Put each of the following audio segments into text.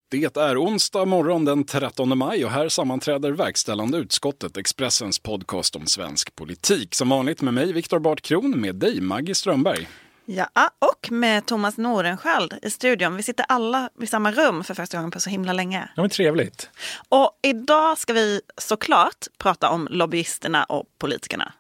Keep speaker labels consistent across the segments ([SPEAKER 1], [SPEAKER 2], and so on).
[SPEAKER 1] Det är onsdag morgon den 13 maj och här sammanträder verkställande utskottet, Expressens podcast om svensk politik. Som vanligt med mig, Viktor Bartkron, med dig, Maggie Strömberg.
[SPEAKER 2] Ja, och med Thomas Nordenskjöld i studion. Vi sitter alla i samma rum för första gången på så himla länge.
[SPEAKER 3] Ja, men trevligt.
[SPEAKER 2] Och idag ska vi såklart prata om lobbyisterna och politikerna.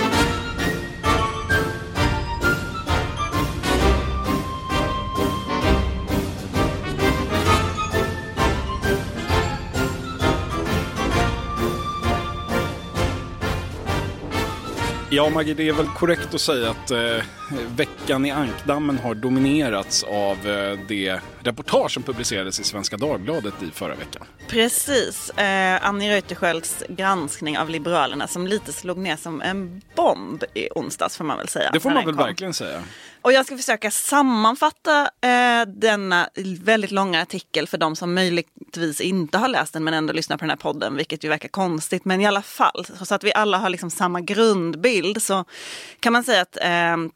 [SPEAKER 1] Ja, Maggie, det är väl korrekt att säga att veckan i Ankdammen har dominerats av det reportage som publicerades i Svenska Dagbladet i förra veckan.
[SPEAKER 2] Precis. Annie Reuterskiölds granskning av Liberalerna som lite slog ner som en bomb i onsdags, får man väl säga.
[SPEAKER 1] Det får man väl verkligen säga.
[SPEAKER 2] Och jag ska försöka sammanfatta denna väldigt långa artikel för de som möjligtvis inte har läst den men ändå lyssnar på den här podden, vilket ju verkar konstigt. Men i alla fall, så att vi alla har liksom samma grundbild, så kan man säga att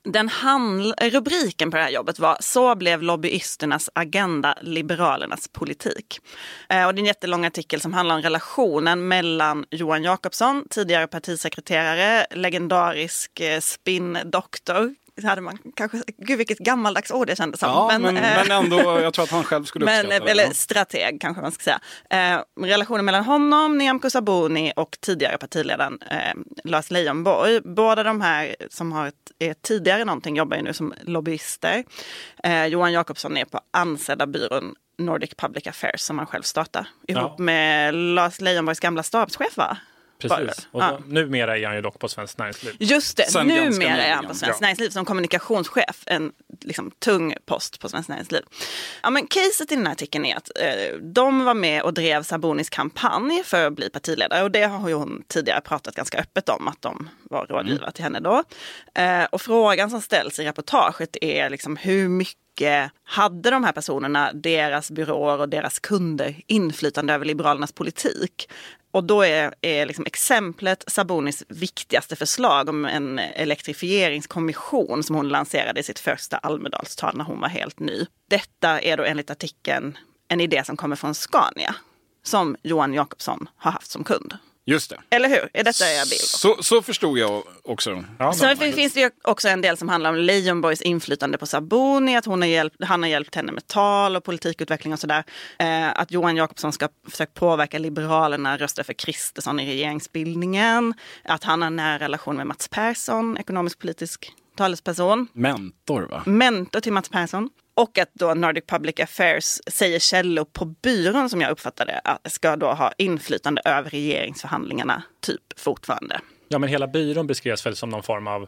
[SPEAKER 2] rubriken på det här jobbet var "Så blev lobbyisternas agenda Liberalernas politik". Och det är en jättelång artikel som handlar om relationen mellan Johan Jakobsson, tidigare partisekreterare, legendarisk spinndoktor. Hade man kanske, gud vilket gammaldags ord det kändes som.
[SPEAKER 1] Ja, men ändå, jag tror att han själv skulle uppskatta det.
[SPEAKER 2] Eller strateg kanske man ska säga. Relationen mellan honom, Nyamko Sabuni och tidigare partiledaren Lars Leijonborg. Båda de här som är tidigare någonting jobbar ju nu som lobbyister. Johan Jakobsson är på ansedda byrån Nordic Public Affairs som han själv startar. Ihop med Lars Leijonborgs gamla stabschef, va?
[SPEAKER 3] Precis, och numera är han ju dock på Svenskt Näringsliv.
[SPEAKER 2] Just det, numera är han på Svenskt Näringsliv som kommunikationschef, en liksom tung post på Svenskt Näringsliv. Ja, men caset i den här artikeln är att de var med och drev Sabunis kampanj för att bli partiledare, och det har ju hon tidigare pratat ganska öppet om att de var rådgivare till henne då. Och frågan som ställs i reportaget är liksom hur mycket hade de här personerna, deras byråer och deras kunder, inflytande över Liberalernas politik? Och då är liksom exemplet Sabunis viktigaste förslag om en elektrifieringskommission som hon lanserade i sitt första Almedalstal när hon var helt ny. Detta är då enligt artikeln en idé som kommer från Scania, som Johan Jakobsson har haft som kund.
[SPEAKER 1] Just det.
[SPEAKER 2] Eller hur? Är detta er bild?
[SPEAKER 1] Så förstod jag också.
[SPEAKER 2] Ja, så finns det ju också en del som handlar om Leijonborgs inflytande på Sabuni, att han har hjälpt henne med tal och politikutveckling och sådär. Att Johan Jakobsson ska försöka påverka Liberalerna, rösta för Kristersson i regeringsbildningen. Att han har en nära relation med Mats Persson, ekonomisk-politisk talesperson.
[SPEAKER 1] Mentor, va?
[SPEAKER 2] Mentor till Mats Persson. Och att då Nordic Public Affairs, säger källor på byrån som jag uppfattade, ska då ha inflytande över regeringsförhandlingarna typ fortfarande.
[SPEAKER 3] Ja, men hela byrån beskrevs väl som någon form av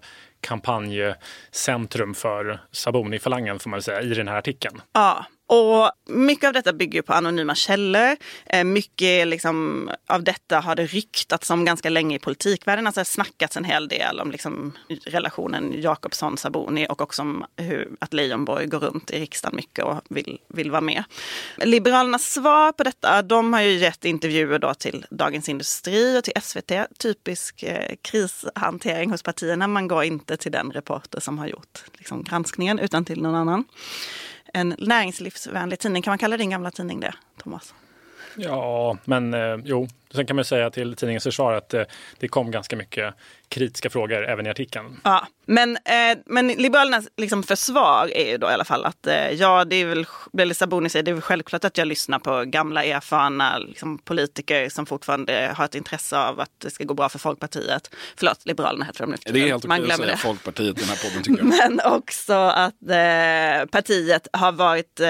[SPEAKER 3] kampanjcentrum för Sabuni-falangen, får man säga, i den här artikeln.
[SPEAKER 2] Ja, och mycket av detta bygger på anonyma källor. Mycket liksom av detta har det ryktats om ganska länge i politikvärlden. Alltså det har snackats en hel del om liksom relationen Jakobsson-Sabuni och också om att Leijonborg går runt i riksdagen mycket och vill vara med. Liberalernas svar på detta, de har ju gett intervjuer då till Dagens Industri och till SVT. Typisk krishantering hos partierna. Man går inte till den reporter som har gjort liksom granskningen utan till någon annan. En näringslivsvänlig tidning, kan man kalla din gamla tidning det, Thomas?
[SPEAKER 3] Ja, men jo. Sen kan man säga till tidningens försvar att det kom ganska mycket kritiska frågor även i artikeln. Ja,
[SPEAKER 2] men Liberalernas liksom försvar är ju då i alla fall att det är väl Sabuni säger, det är väl självklart att jag lyssnar på gamla erfarna liksom, politiker som fortfarande har ett intresse av att det ska gå bra för Folkpartiet. Förlåt, Liberalerna heter de nu.
[SPEAKER 1] Det är helt okej att säga Folkpartiet i den här podden, tycker jag.
[SPEAKER 2] Men också att partiet har varit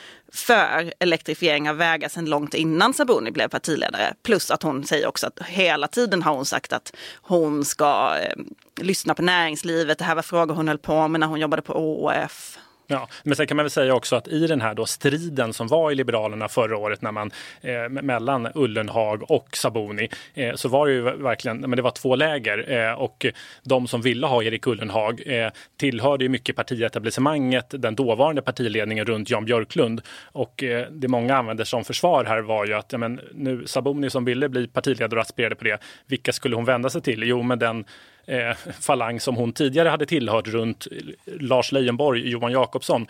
[SPEAKER 2] för elektrifiering av vägar sedan långt innan Sabuni blev partiledare. Plus att hon säger också att hela tiden har hon sagt att hon ska lyssna på näringslivet. Det här var frågor hon höll på med när hon jobbade på ÅF.
[SPEAKER 3] Ja, men sen kan man väl säga också att i den här då striden som var i Liberalerna förra året när man mellan Ullenhag och Sabuni så var det ju verkligen, men det var två läger och de som ville ha Erik Ullenhag tillhörde ju mycket partietablissemanget, den dåvarande partiledningen runt Jan Björklund, och det många använder som försvar här var ju att nu Sabuni som ville bli partiledare och aspirerade på det, vilka skulle hon vända sig till? Jo, men den falang som hon tidigare hade tillhört runt Lars Leijonborg, Johan Jakobsson.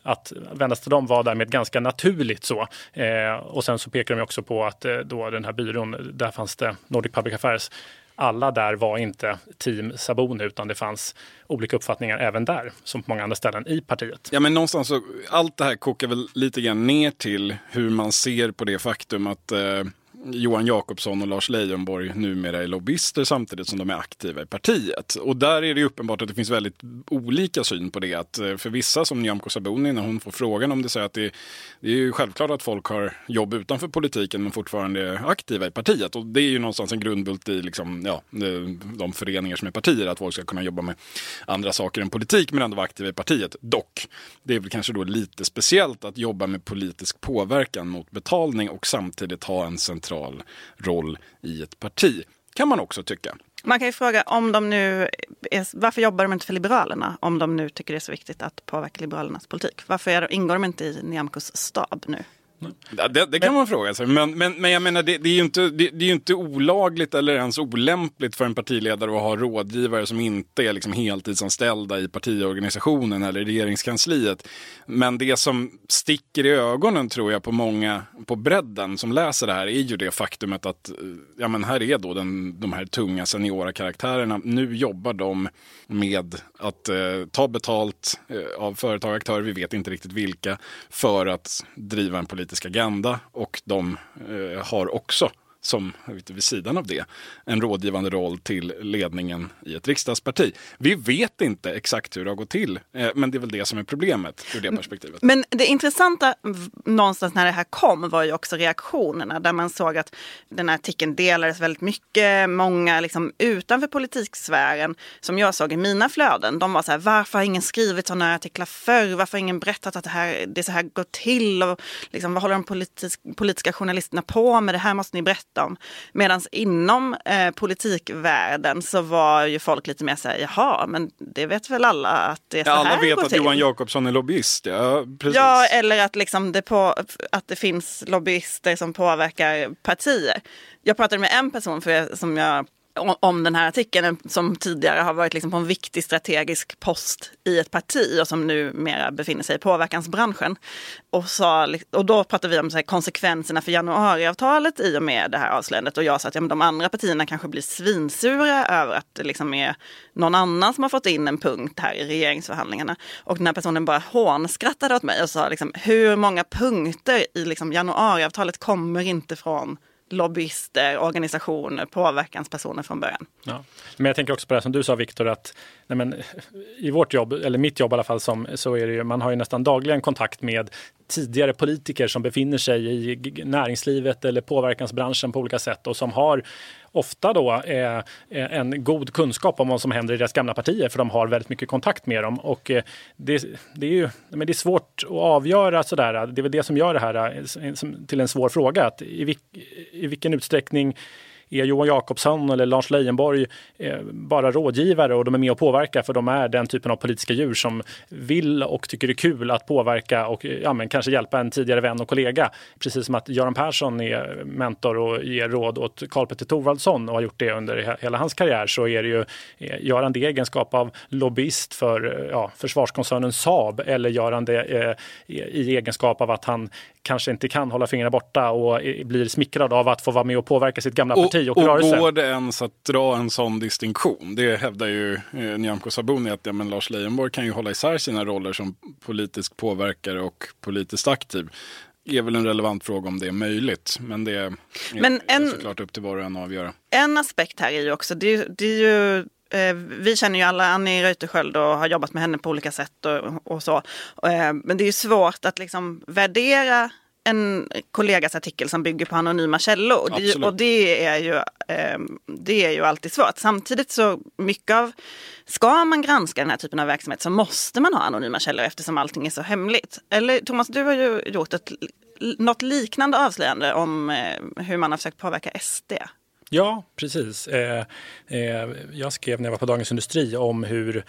[SPEAKER 3] att vända sig till dem var därmed ganska naturligt så. Och sen så pekar de också på att då den här byrån, där fanns det Nordic Public Affairs. Alla där var inte team Sabuni, utan det fanns olika uppfattningar även där, som på många andra ställen i partiet.
[SPEAKER 1] Ja, men någonstans så, allt det här kokar väl lite grann ner till hur man ser på det faktum att Johan Jakobsson och Lars Leijonborg numera är lobbyister samtidigt som de är aktiva i partiet. Och där är det uppenbart att det finns väldigt olika syn på det. Att för vissa som Nyamko Sabuni, när hon får frågan om det, säger att det är ju självklart att folk har jobb utanför politiken men fortfarande är aktiva i partiet. Och det är ju någonstans en grundbult i liksom, de föreningar som är partier, att folk ska kunna jobba med andra saker än politik men ändå vara aktiva i partiet. Dock, det är väl kanske då lite speciellt att jobba med politisk påverkan mot betalning och samtidigt ha en central roll i ett parti, kan man också tycka.
[SPEAKER 2] Man kan ju fråga om de nu varför jobbar de inte för Liberalerna om de nu tycker det är så viktigt att påverka Liberalernas politik? Varför ingår de inte i Nyamkos stab nu?
[SPEAKER 1] Ja, det kan man fråga sig. Men jag menar, det är ju inte olagligt eller ens olämpligt för en partiledare att ha rådgivare som inte är liksom heltidsanställda i partiorganisationen eller i regeringskansliet. Men det som sticker i ögonen, tror jag, på många på bredden som läser det här är ju det faktumet att här är då de här tunga seniora karaktärerna. Nu jobbar de med att ta betalt av företag och aktörer, vi vet inte riktigt vilka, för att driva en politisk agenda, och de har också, som vid sidan av det, en rådgivande roll till ledningen i ett riksdagsparti. Vi vet inte exakt hur det har gått till, men det är väl det som är problemet ur det perspektivet.
[SPEAKER 2] Men det intressanta någonstans när det här kom var ju också reaktionerna, där man såg att den här artikeln delades väldigt mycket. Många liksom utanför politiksfären, som jag såg i mina flöden, de var så här: varför har ingen skrivit sådana här artiklar förr? Varför har ingen berättat att det så här går till? Och liksom, vad håller de politiska journalisterna på med? Det här måste ni berätta om. Medan inom politikvärlden så var ju folk lite mer så här: jaha, men det vet väl alla att det är så här.
[SPEAKER 1] Alla vet att
[SPEAKER 2] till.
[SPEAKER 1] Johan Jakobsson är lobbyist, ja, precis.
[SPEAKER 2] Ja, eller att, liksom att det finns lobbyister som påverkar partier. Jag pratade med en person om den här artikeln som tidigare har varit liksom på en viktig strategisk post i ett parti och som numera befinner sig i påverkansbranschen. Och då pratade vi om så här konsekvenserna för januariavtalet i och med det här avslöjandet. Och jag sa att de andra partierna kanske blir svinsura över att det liksom är någon annan som har fått in en punkt här i regeringsförhandlingarna. Och den här personen bara hånskrattade åt mig och sa liksom, hur många punkter i liksom januariavtalet kommer inte från lobbyister, organisationer, påverkanspersoner från början.
[SPEAKER 3] Ja. Men jag tänker också på det som du sa, Viktor, att i vårt jobb, eller mitt jobb i alla fall, så är det ju, man har ju nästan dagligen kontakt med tidigare politiker som befinner sig i näringslivet eller påverkansbranschen på olika sätt och som har ofta då en god kunskap om vad som händer i deras gamla partier, för de har väldigt mycket kontakt med dem. Och det är svårt att avgöra sådär. Det är väl det som gör det här till en svår fråga. Att i vilken utsträckning är Johan Jakobsson eller Lars Leijonborg bara rådgivare och de är med och påverkar, för de är den typen av politiska djur som vill och tycker det är kul att påverka och kanske hjälpa en tidigare vän och kollega. Precis som att Göran Persson är mentor och ger råd åt Karl-Petter Thorwaldsson och har gjort det under hela hans karriär, så är det ju Göran det i egenskap av lobbyist för försvarskoncernen Saab, eller Göran det i egenskap av att han kanske inte kan hålla fingrarna borta och blir smickrad av att få vara med och påverka sitt gamla parti och rörelse.
[SPEAKER 1] Och går det ens att dra en sån distinktion? Det hävdar ju Nyamko Sabuni att Lars Leijonborg kan ju hålla isär sina roller som politisk påverkare och politiskt aktiv. Det är väl en relevant fråga om det är möjligt, men det är såklart upp till var och en att avgöra. En
[SPEAKER 2] aspekt här är ju också, det är ju vi känner ju alla Annie Reuterskiöld och har jobbat med henne på olika sätt och så. Men det är ju svårt att liksom värdera en kollegas artikel som bygger på anonyma källor. Och det är ju alltid svårt. Samtidigt så ska man granska den här typen av verksamhet så måste man ha anonyma källor eftersom allting är så hemligt. Eller Thomas, du har ju gjort något liknande avslöjande om hur man har försökt påverka SD.
[SPEAKER 3] Ja, precis. Jag skrev när jag var på Dagens Industri om hur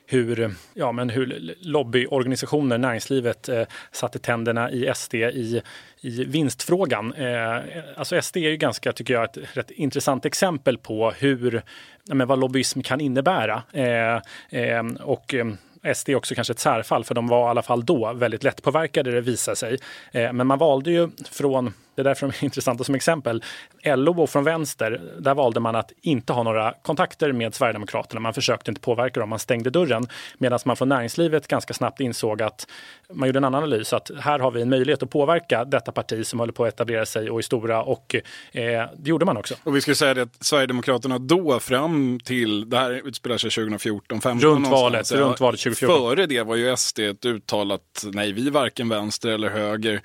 [SPEAKER 3] lobbyorganisationer, näringslivet satte tänderna i SD i vinstfrågan. Alltså SD är ju ganska, tycker jag, ett rätt intressant exempel på vad lobbyism kan innebära. Och SD är också kanske ett särfall, för de var i alla fall då väldigt lättpåverkade, det visar sig. Men man valde ju från, det är därför de är intressanta som exempel, LO och från vänster, där valde man att inte ha några kontakter med Sverigedemokraterna. Man försökte inte påverka dem, man stängde dörren. Medan man från näringslivet ganska snabbt insåg att man gjorde en annan analys, att här har vi en möjlighet att påverka detta parti som håller på att etablera sig och är stora, och det gjorde man också.
[SPEAKER 1] Och vi ska säga det att Sverigedemokraterna då fram till, det här utspelar sig 2014-15
[SPEAKER 3] runt valet 2014.
[SPEAKER 1] Före det var ju SD ett uttalat, nej vi är varken vänster eller höger,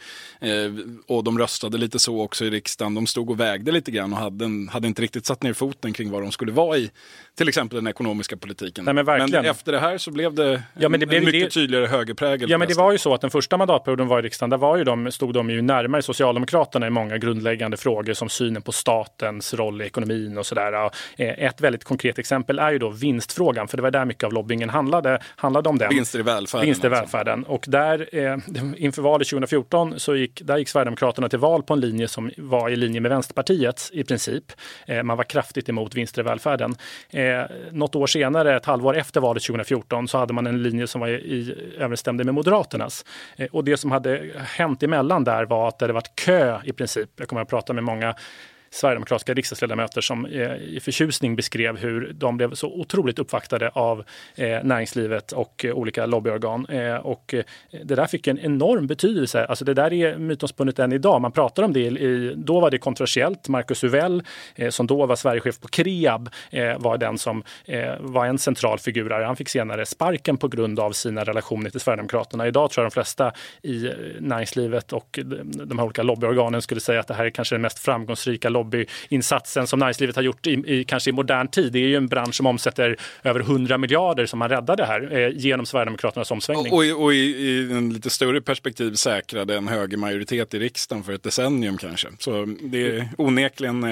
[SPEAKER 1] och de röstade lite så också i riksdagen. De stod och vägde lite grann och hade inte riktigt satt ner foten kring vad de skulle vara i, till exempel den ekonomiska politiken.
[SPEAKER 3] Nej, men
[SPEAKER 1] efter det här så blev det en mycket tydligare högerprägel.
[SPEAKER 3] Ja, men det var ju så att den första mandatperioden var i riksdagen, där var ju stod de ju närmare Socialdemokraterna i många grundläggande frågor som synen på statens roll i ekonomin och sådär. Ett väldigt konkret exempel är ju då vinstfrågan, för det var där mycket av lobbyingen handlade om den.
[SPEAKER 1] Vinster i välfärden.
[SPEAKER 3] Och där inför valet 2014 så gick Sverigedemokraterna till val på en linje som var i linje med Vänsterpartiet i princip. Man var kraftigt emot vinster i välfärden. Något år senare, ett halvår efter valet 2014, så hade man en linje som var överensstämde med Moderaternas. Och det som hade hänt emellan där var att det hade varit kö i princip. Jag kommer att prata med många sverigedemokratiska riksdagsledamöter som i förtjusning beskrev hur de blev så otroligt uppvaktade av näringslivet och olika lobbyorgan. Och det där fick en enorm betydelse. Alltså det där är mytomspunnet än idag. Man pratar om det. Då var det kontroversiellt. Marcus Uvell, som då var Sverigechef på Kreab, var den som var en central figur. Han fick senare sparken på grund av sina relationer till Sverigedemokraterna. Idag tror jag de flesta i näringslivet och de här olika lobbyorganen skulle säga att det här är kanske den mest framgångsrika lobbyinsatsen som näringslivet har gjort kanske i modern tid. Det är ju en bransch som omsätter över 100 miljarder som man räddade här genom Sverigedemokraternas omsvängning.
[SPEAKER 1] Och i en lite större perspektiv säkrade en höger majoritet i riksdagen för ett decennium kanske. Så det är onekligen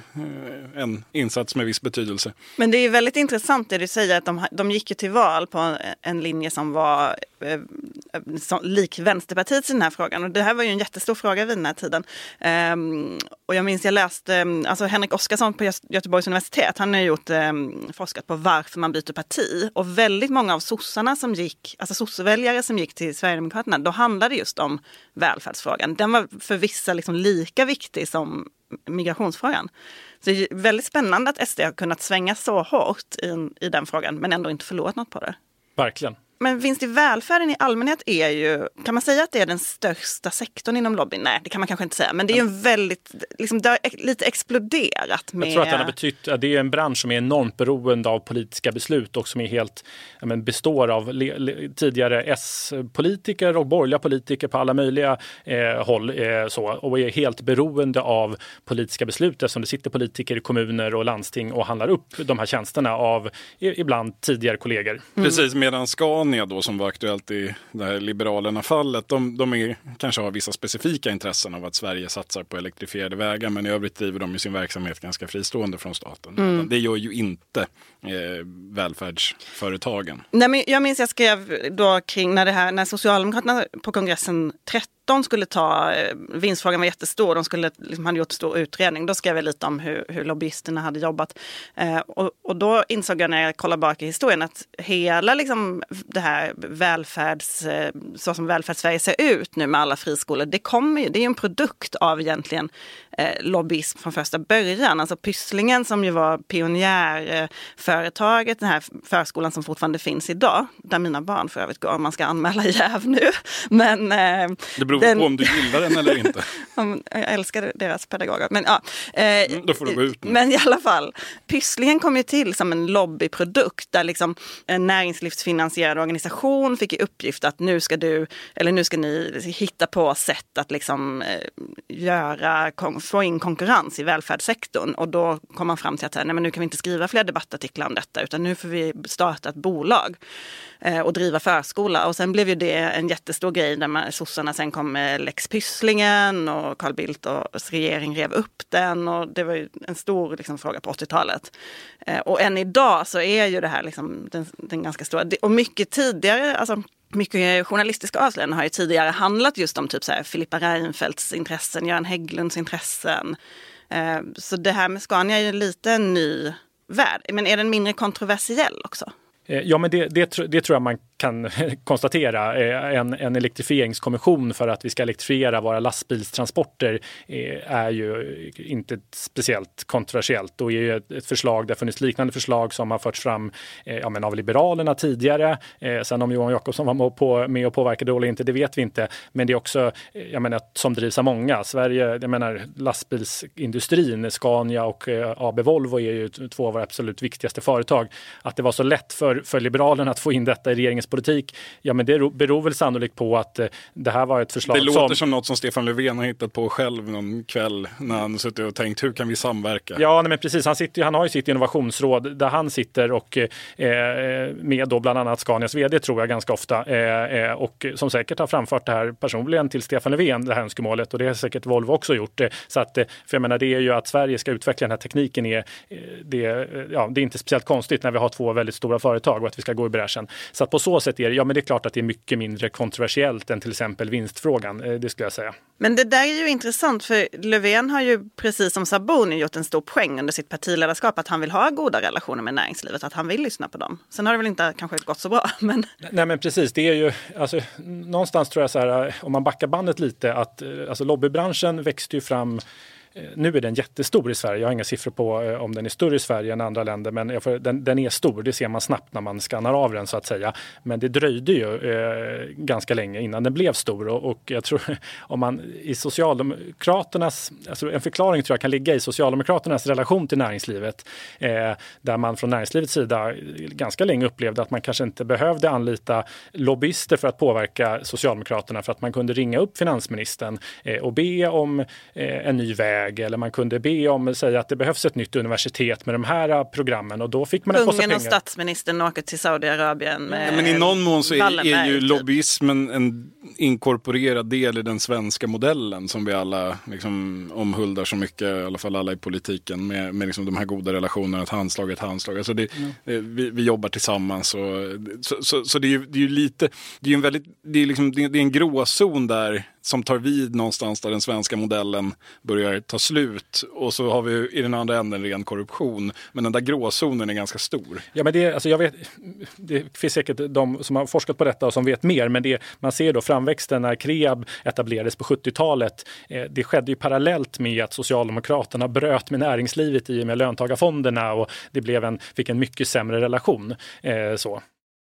[SPEAKER 1] en insats med viss betydelse.
[SPEAKER 2] Men det är väldigt intressant det du säger, att de gick ju till val på en linje som var lik Vänsterpartiet i den här frågan. Och det här var ju en jättestor fråga vid den här tiden. Och jag minns jag läste, alltså Henrik Oskarsson på Göteborgs universitet, han har gjort forskat på varför man byter parti. Och väldigt många av sossarna som gick, alltså sosseväljare som gick till Sverigedemokraterna, då handlade det just om välfärdsfrågan. Den var för vissa liksom lika viktig som migrationsfrågan. Så det är väldigt spännande att SD har kunnat svänga så hårt i den frågan, men ändå inte förlorat något på det.
[SPEAKER 3] Verkligen.
[SPEAKER 2] Men vinst i välfärden i allmänhet är ju, kan man säga att det är den största sektorn inom lobbyn? Nej, det kan man kanske inte säga. Men det är ju en väldigt, liksom, det har lite exploderat med...
[SPEAKER 3] Jag tror att den har betytt att det är en bransch som är enormt beroende av politiska beslut och som är helt, består av tidigare S-politiker och borgerliga politiker på alla möjliga håll och är helt beroende av politiska beslut, eftersom det sitter politiker i kommuner och landsting och handlar upp de här tjänsterna av ibland tidigare kollegor.
[SPEAKER 1] Precis, medan Scania då, som var aktuellt i det här Liberalerna-fallet, de kanske har vissa specifika intressen av att Sverige satsar på elektrifierade vägar, men i övrigt driver de ju sin verksamhet ganska fristående från staten. Det gör ju inte välfärdsföretagen. Nej, men
[SPEAKER 2] jag minns jag skrev då kring när Socialdemokraterna på kongressen 13 skulle ta, vinstfrågan var jättestor, de hade gjort en stor utredning, då skrev jag lite om hur lobbyisterna hade jobbat. Och då insåg jag när jag kollade bak i historien att hela liksom, det här så som välfärdssverige ser ut nu med alla friskolor, det är ju en produkt av egentligen lobbyism från första början. Alltså Pysslingen som ju var pionjärföretaget, den här förskolan som fortfarande finns idag, där mina barn för övrigt går, man ska anmäla jäv nu. Men
[SPEAKER 1] det beror på om du gillar den eller inte.
[SPEAKER 2] Jag älskar deras pedagoger. Men,
[SPEAKER 1] då får du gå ut nu.
[SPEAKER 2] Men i alla fall, Pysslingen kom ju till som en lobbyprodukt där liksom en näringslivsfinansierad organisation fick i uppgift att nu ska ni hitta på sätt att liksom få in konkurrens i välfärdssektorn. Och då kom man fram till att nej, men nu kan vi inte skriva fler debattartiklar om detta, utan nu får vi starta ett bolag och driva förskola. Och sen blev ju det en jättestor grej där sossarna sen kom med Lex Pysslingen och Carl Bildt och regering rev upp den, och det var ju en stor liksom, fråga på 80-talet. Och än idag så är ju det här liksom, den ganska stora, och mycket tidigare, alltså mycket journalistiska avslöjanden har ju tidigare handlat just om typ så här Filippa Reinfeldts intressen, Göran Hägglunds intressen. Så det här med Scania är ju lite en ny värld. Men är den mindre kontroversiell också?
[SPEAKER 3] Ja, men det tror jag man kan konstatera. En elektrifieringskommission för att vi ska elektrifiera våra lastbilstransporter är ju inte speciellt kontroversiellt och är ju ett förslag, det har funnits liknande förslag som har förts fram av Liberalerna tidigare. Sen om Johan Jakobsson var med och påverkade eller inte, det vet vi inte. Men det är också, som drivs av många. Sverige, lastbilsindustrin, Scania och AB Volvo är ju två av våra absolut viktigaste företag. Att det var så lätt för Liberalerna att få in detta i regeringens politik, men det beror väl sannolikt på att det här var ett förslag.
[SPEAKER 1] Det låter som något som Stefan Löfven har hittat på själv någon kväll när han suttit och tänkt, hur kan vi samverka?
[SPEAKER 3] Ja, men precis. Han har ju sitt innovationsråd där han sitter och med då bland annat Scanias vd tror jag ganska ofta och som säkert har framfört det här personligen till Stefan Löfven, det här önskemålet, och det har säkert Volvo också gjort. Så att, för jag menar, det är ju att Sverige ska utveckla den här tekniken det är inte speciellt konstigt när vi har två väldigt stora företag och att vi ska gå i bräschen. Så att på så sätt är det, men det är klart att det är mycket mindre kontroversiellt än till exempel vinstfrågan, det skulle jag säga.
[SPEAKER 2] Men det där är ju intressant, för Löfven har ju precis som Sabuni gjort en stor poäng under sitt partiledarskap att han vill ha goda relationer med näringslivet, att han vill lyssna på dem. Sen har det väl inte kanske gått så bra, men...
[SPEAKER 3] Nej, men precis, det är ju, någonstans tror jag så här, om man backar bandet lite, att lobbybranschen växte ju fram. Nu är den jättestor i Sverige. Jag har inga siffror på om den är större i Sverige än andra länder, men den är stor. Det ser man snabbt när man skannar av den så att säga. Men det dröjde ju ganska länge innan den blev stor och jag tror om man i Socialdemokraternas, en förklaring tror jag kan ligga i Socialdemokraternas relation till näringslivet, där man från näringslivets sida ganska länge upplevde att man kanske inte behövde anlita lobbyister för att påverka Socialdemokraterna, för att man kunde ringa upp finansministern och be om en ny väg, eller man kunde be om att säga att det behövs ett nytt universitet med de här programmen, och då fick man en påse pengar.
[SPEAKER 2] Kungen och statsministern åker till Saudiarabien med
[SPEAKER 1] men i någon mån så är ju lobbyismen en inkorporerad del i den svenska modellen som vi alla liksom omhuldar så mycket, i alla fall alla i politiken, med liksom de här goda relationerna, ett handslag. Alltså vi jobbar tillsammans så det är ju lite, det är en väldigt, det är en gråzon där som tar vid någonstans där den svenska modellen börjar ta slut, och så har vi i den andra änden ren korruption, men den där gråzonen är ganska stor.
[SPEAKER 3] Ja, men jag vet, det finns säkert de som har forskat på detta och som vet mer, men man ser då framväxten när Kreab etablerades på 70-talet, det skedde ju parallellt med att Socialdemokraterna bröt med näringslivet i och med löntagarfonderna, och det fick en mycket sämre relation så.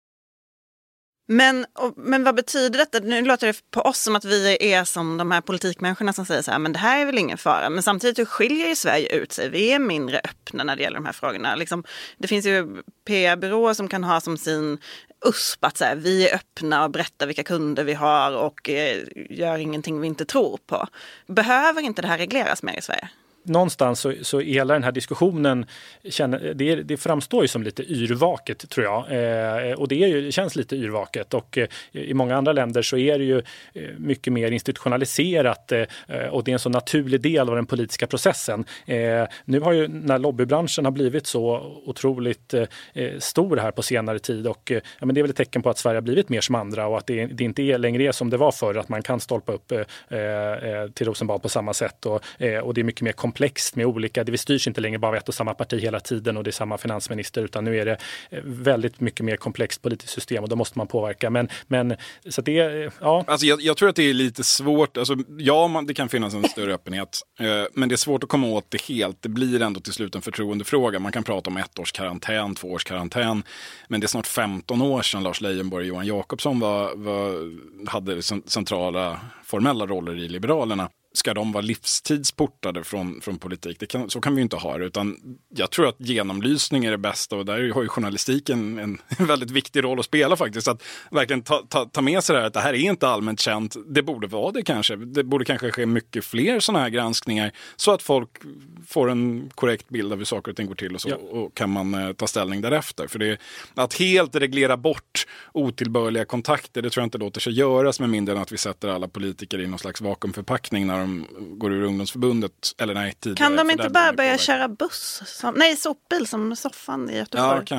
[SPEAKER 2] Men vad betyder detta? Nu låter det på oss som att vi är som de här politikmänniskorna som säger så här, men det här är väl ingen fara. Men samtidigt skiljer ju Sverige ut sig. Vi är mindre öppna när det gäller de här frågorna. Liksom, det finns ju PR-byråer som kan ha som sin USP att så här, vi är öppna och berättar vilka kunder vi har och gör ingenting vi inte tror på. Behöver inte det här regleras mer i Sverige?
[SPEAKER 3] Någonstans så hela den här diskussionen det framstår ju som lite yrvaket, tror jag. Och det känns lite yrvaket, och i många andra länder så är det ju mycket mer institutionaliserat, och det är en så naturlig del av den politiska processen. Nu har ju, när lobbybranschen har blivit så otroligt stor här på senare tid, och men det är väl ett tecken på att Sverige har blivit mer som andra, och att det inte längre är som det var förr, att man kan stolpa upp till Rosenbad på samma sätt, och det är mycket mer komplext med olika, det styrs inte längre bara av ett och samma parti hela tiden och det är samma finansminister, utan nu är det väldigt mycket mer komplext politiskt system, och då måste man påverka. Men så det ja. Alltså
[SPEAKER 1] jag tror att det är lite svårt, alltså det kan finnas en större öppenhet, men det är svårt att komma åt det helt. Det blir ändå till slut en förtroendefråga. Man kan prata om 1 års karantän, 2 års karantän, men det är snart 15 år sedan Lars Leijonborg och Johan Jakobsson hade centrala formella roller i Liberalerna. Ska de vara livstidsportade från politik? Så kan vi ju inte ha det, utan jag tror att genomlysning är det bästa, och där har ju journalistiken en väldigt viktig roll att spela faktiskt. Att verkligen ta med sig det här, att det här är inte allmänt känt. Det borde vara det kanske. Det borde kanske ske mycket fler sådana här granskningar, så att folk får en korrekt bild av hur saker och ting går till, och så och kan man ta ställning därefter. För att helt reglera bort otillbörliga kontakter, det tror jag inte låter sig göras med mindre än att vi sätter alla politiker i någon slags vakuumförpackning när de går ur ungdomsförbundet, eller nej, tidigare.
[SPEAKER 2] Kan de inte bara börja köra sopbil som Soffan i Göteborg?
[SPEAKER 1] Ja, kanske.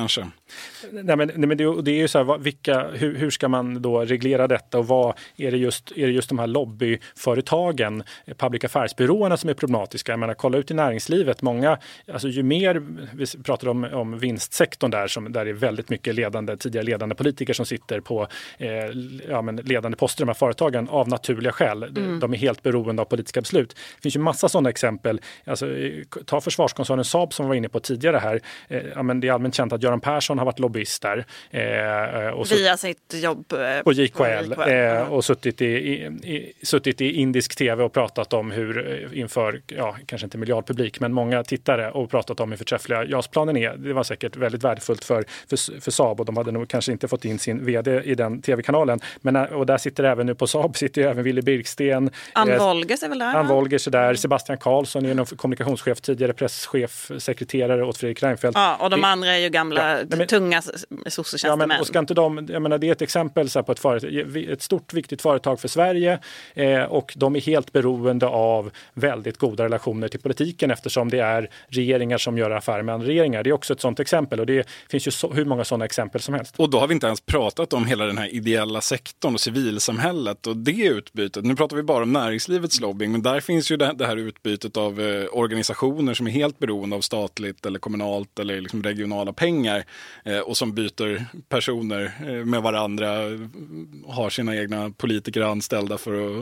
[SPEAKER 3] Nej, men det är ju så här, hur ska man då reglera detta och vad är det just de här lobbyföretagen, public affairs-byråerna som är problematiska? Jag menar, kolla ut i näringslivet, många, alltså ju mer, vi pratar om vinstsektorn där är väldigt mycket tidigare ledande politiker som sitter på ledande poster i de här företagen av naturliga skäl. De är helt beroende av politiska beslut. Det finns ju massa sådana exempel. Alltså, ta försvarskoncernen Saab som vi var inne på tidigare här. Det är allmänt känt att Göran Persson har varit lobbyist där.
[SPEAKER 2] Via sitt jobb
[SPEAKER 3] på JKL. Och suttit i indisk tv och pratat om hur inför, kanske inte miljardpublik, men många tittare och pratat om hur förträffliga JAS-planen är. Det var säkert väldigt värdefullt för Saab och de hade nog kanske inte fått in sin vd i den tv-kanalen. Och där sitter även nu på Saab sitter även Willy Birksten.
[SPEAKER 2] Ann Wolgers är väl där?
[SPEAKER 3] Ann Wolgers är där. Sebastian Karlsson är en kommunikationschef, tidigare presschef, sekreterare åt Fredrik Reinfeldt.
[SPEAKER 2] Ja, och de andra är ju gamla tunga sossetjänstemän.
[SPEAKER 3] Och ska inte det är ett exempel så här, på ett stort viktigt företag för Sverige och de är helt beroende av väldigt goda relationer till politiken eftersom det är regeringar som gör affärer med andra regeringar. Det är också ett sådant exempel och det finns ju hur många sådana exempel som helst.
[SPEAKER 1] Och då har vi inte ens pratat om hela den här ideella sektorn och civilsamhället och det utbytet. Nu pratar vi bara om näringslivets lobbying, men där finns ju det här utbytet av organisationer som är helt beroende av statligt eller kommunalt eller liksom regionala pengar och som byter personer med varandra, har sina egna politiker anställda för att...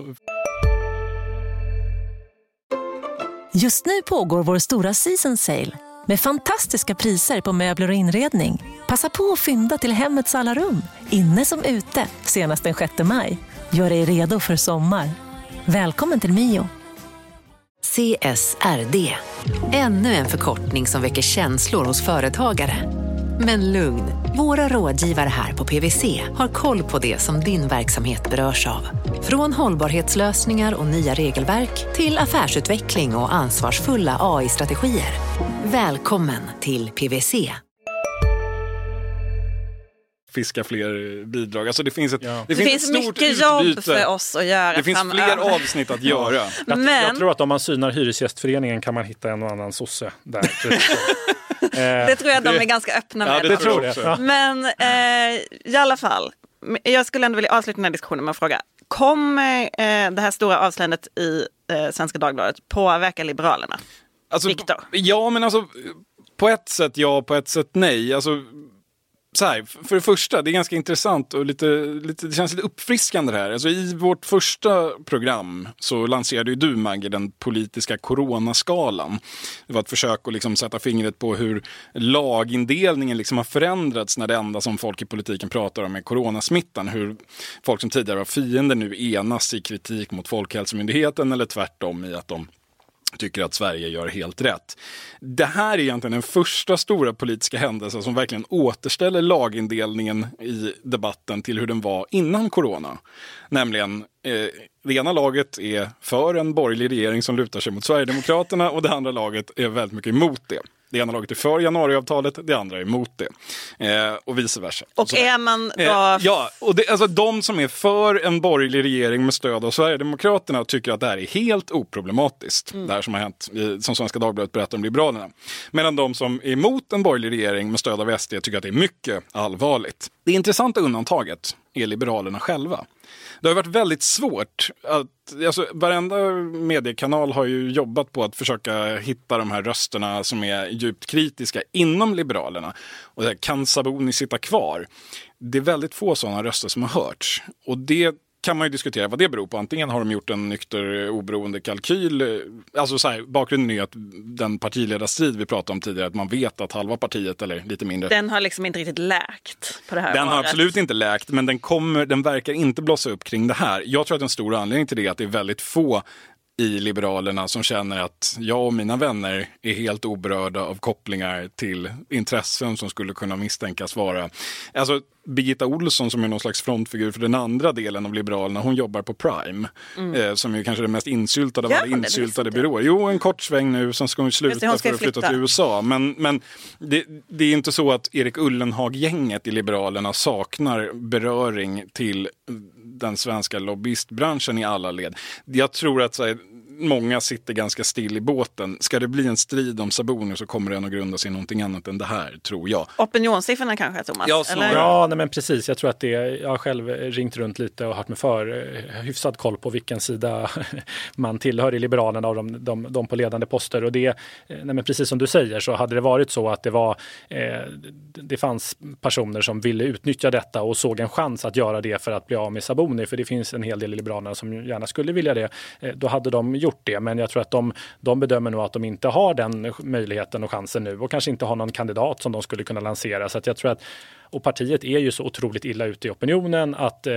[SPEAKER 4] Just nu pågår vår stora season sale med fantastiska priser på möbler och inredning. Passa på att fynda till hemmets alla rum, inne som ute, senast den 6 maj. Gör dig redo för sommar. Välkommen till Mio.
[SPEAKER 5] CSRD. Ännu en förkortning som väcker känslor hos företagare. Men lugn, våra rådgivare här på PwC har koll på det som din verksamhet berörs av. Från hållbarhetslösningar och nya regelverk till affärsutveckling och ansvarsfulla AI-strategier. Välkommen till PwC.
[SPEAKER 1] Fiska fler bidrag. Alltså det finns
[SPEAKER 2] mycket jobb för oss att göra.
[SPEAKER 1] Det finns fler avsnitt att göra.
[SPEAKER 3] Jag tror att om man synar Hyresgästföreningen kan man hitta en och annan sosse där.
[SPEAKER 2] Det tror jag att de är ganska öppna med.
[SPEAKER 1] Ja, det tror jag. Ja.
[SPEAKER 2] Men i alla fall, jag skulle ändå vilja avsluta den här diskussionen med att fråga, kommer det här stora avslöjandet i Svenska Dagbladet påverka Liberalerna?
[SPEAKER 1] Alltså,
[SPEAKER 2] Viktor?
[SPEAKER 1] Ja, men alltså på ett sätt ja, på ett sätt nej. Alltså så här, för det första, det är ganska intressant och det känns lite uppfriskande det här. Alltså, i vårt första program så lanserade ju du, Maggie, den politiska coronaskalan. Det var ett försök att liksom sätta fingret på hur lagindelningen liksom har förändrats när det enda som folk i politiken pratar om är coronasmittan. Hur folk som tidigare var fiender nu enas i kritik mot Folkhälsomyndigheten eller tvärtom i att de tycker att Sverige gör helt rätt. Det här är egentligen den första stora politiska händelsen som verkligen återställer lagindelningen i debatten till hur den var innan corona. Nämligen, det ena laget är för en borgerlig regering som lutar sig mot Sverigedemokraterna och det andra laget är väldigt mycket emot det. Det ena laget är för januariavtalet, det andra är emot det. Och vice versa.
[SPEAKER 2] Och är man då...
[SPEAKER 1] ja, och alltså de som är för en borgerlig regering med stöd av Sverigedemokraterna tycker att det här är helt oproblematiskt. Det här som har hänt, som Svenska Dagbladet berättar om Liberalerna. Medan de som är emot en borgerlig regering med stöd av SD tycker att det är mycket allvarligt. Det intressanta undantaget är Liberalerna själva. Det har varit väldigt svårt att, alltså, varenda mediekanal har ju jobbat på att försöka hitta de här rösterna som är djupt kritiska inom Liberalerna. Och det här, kan Sabuni sitta kvar? Det är väldigt få sådana röster som har hörts. Och det kan man ju diskutera vad det beror på. Antingen har de gjort en nykter oberoende kalkyl. Alltså så här, bakgrunden är att den partiledarstrid vi pratade om tidigare, att man vet att halva partiet eller lite mindre.
[SPEAKER 2] Den har liksom inte riktigt läkt på det här.
[SPEAKER 1] Den har absolut inte läkt, men den verkar inte blossa upp kring det här. Jag tror att en stor anledning till det är att det är väldigt få i Liberalerna som känner att jag och mina vänner är helt oberörda av kopplingar till intressen som skulle kunna misstänkas vara. Alltså Birgitta Olsson som är någon slags frontfigur för den andra delen av Liberalerna, hon jobbar på Prime som är kanske det mest insyltade av alla insyltade byråer. Jo, en kort sväng nu, sen ska hon sluta för att flytta till USA. Men det är inte så att Erik Ullenhag-gänget i Liberalerna saknar beröring till den svenska lobbyistbranschen i alla led. Jag tror att många sitter ganska still i båten. Ska det bli en strid om Sabuni så kommer den att grunda sig i någonting annat än det här, tror jag.
[SPEAKER 2] Opinionssiffrorna kanske, Thomas?
[SPEAKER 1] Ja,
[SPEAKER 2] eller?
[SPEAKER 3] Ja, nej, men precis. Jag tror att jag har själv ringt runt lite och hört mig för hyfsad koll på vilken sida man tillhör i Liberalerna och de på ledande poster. Och det, nej, men precis som du säger, så hade det varit så att det fanns personer som ville utnyttja detta och såg en chans att göra det för att bli av med Sabuni, för det finns en hel del i Liberalerna som gärna skulle vilja det, då hade de gjort det. Men jag tror att de bedömer nog att de inte har den möjligheten och chansen nu och kanske inte har någon kandidat som de skulle kunna lansera. Så att jag tror att, och partiet är ju så otroligt illa ute i opinionen att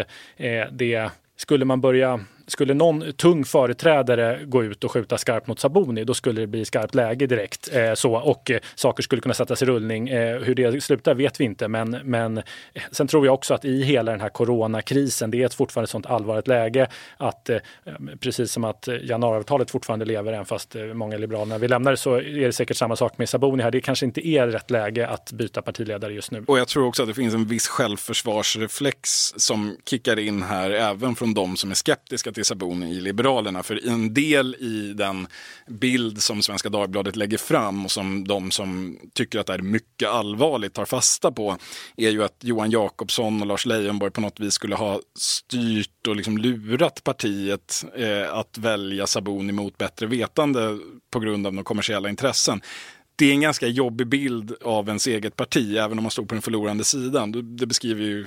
[SPEAKER 3] skulle någon tung företrädare gå ut och skjuta skarpt mot Sabuni, då skulle det bli skarpt läge direkt. Och saker skulle kunna sättas i rullning. Hur det slutar vet vi inte, men sen tror jag också att i hela den här coronakrisen, det är fortfarande ett sånt allvarligt läge att precis som att januariavtalet fortfarande lever, även fast många liberalerna vill lämna det, så är det säkert samma sak med Sabuni här. Det kanske inte är rätt läge att byta partiledare just nu.
[SPEAKER 1] Och jag tror också att det finns en viss självförsvarsreflex som kickar in här, även från de som är skeptiska till Sabuni i Liberalerna. För en del i den bild som Svenska Dagbladet lägger fram och som de som tycker att det är mycket allvarligt tar fasta på är ju att Johan Jakobsson och Lars Leijonborg på något vis skulle ha styrt och liksom lurat partiet att välja Sabuni mot bättre vetande på grund av de kommersiella intressen. Det är en ganska jobbig bild av ens eget parti, även om man står på den förlorande sidan. Det beskriver ju...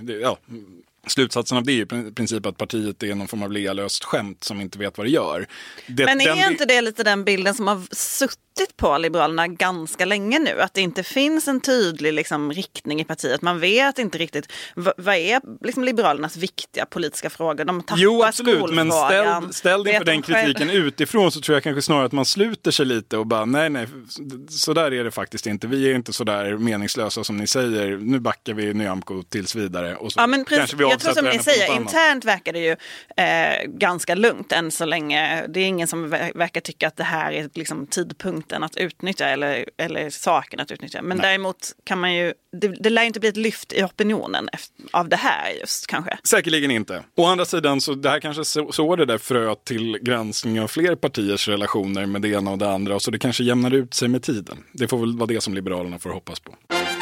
[SPEAKER 1] Slutsatsen av det är ju i princip att partiet är någon form av lealöst skämt som inte vet vad det gör.
[SPEAKER 2] Men är inte det lite den bilden som har suttit på Liberalerna ganska länge nu? Att det inte finns en tydlig liksom, riktning i partiet. Man vet inte riktigt vad är liksom, Liberalernas viktiga politiska frågor. De tappar
[SPEAKER 1] jo, absolut,
[SPEAKER 2] skolfrågan.
[SPEAKER 1] Men ställ dig för den kritiken utifrån, så tror jag kanske snarare att man sluter sig lite och bara nej, så där är det faktiskt inte. Vi är inte så där meningslösa som ni säger. Nu backar vi Nyamko tills vidare. Och så
[SPEAKER 2] ja, men
[SPEAKER 1] kanske vi
[SPEAKER 2] jag tror som ni säger, internt verkar det ju ganska lugnt än så länge. Det är ingen som verkar tycka att det här är liksom tidpunkten att utnyttja eller saken att utnyttja. Men däremot kan man ju, det lär inte bli ett lyft i opinionen av det här just kanske.
[SPEAKER 1] Säkerligen inte. Å andra sidan så det här kanske så det där frö till granskning av fler partiers relationer med det ena och det andra, och så det kanske jämnar ut sig med tiden. Det får väl vara det som Liberalerna får hoppas på.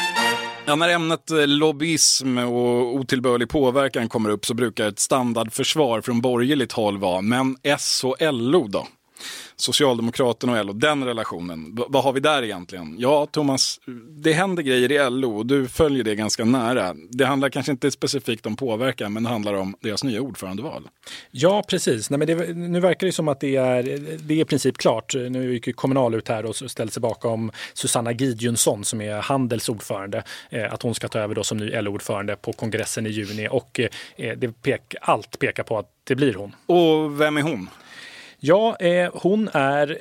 [SPEAKER 1] Ja, när ämnet lobbyism och otillbörlig påverkan kommer upp så brukar ett standardförsvar från borgerligt håll vara, men S och LO då? Socialdemokraterna och LO, den relationen. Vad har vi där egentligen? Ja, Thomas, det händer grejer i LO och du följer det ganska nära. Det handlar kanske inte specifikt om påverkan, men det handlar om deras nya ordförandeval.
[SPEAKER 3] Ja, precis. Nej, men nu verkar det som att det är i princip klart. Nu gick ju Kommunal ut här och ställde sig bakom Susanna Gideonsson som är Handels ordförande. Att hon ska ta över då som ny LO-ordförande på kongressen i juni, och allt pekar på att det blir hon.
[SPEAKER 1] Och vem är hon?
[SPEAKER 3] Ja, hon är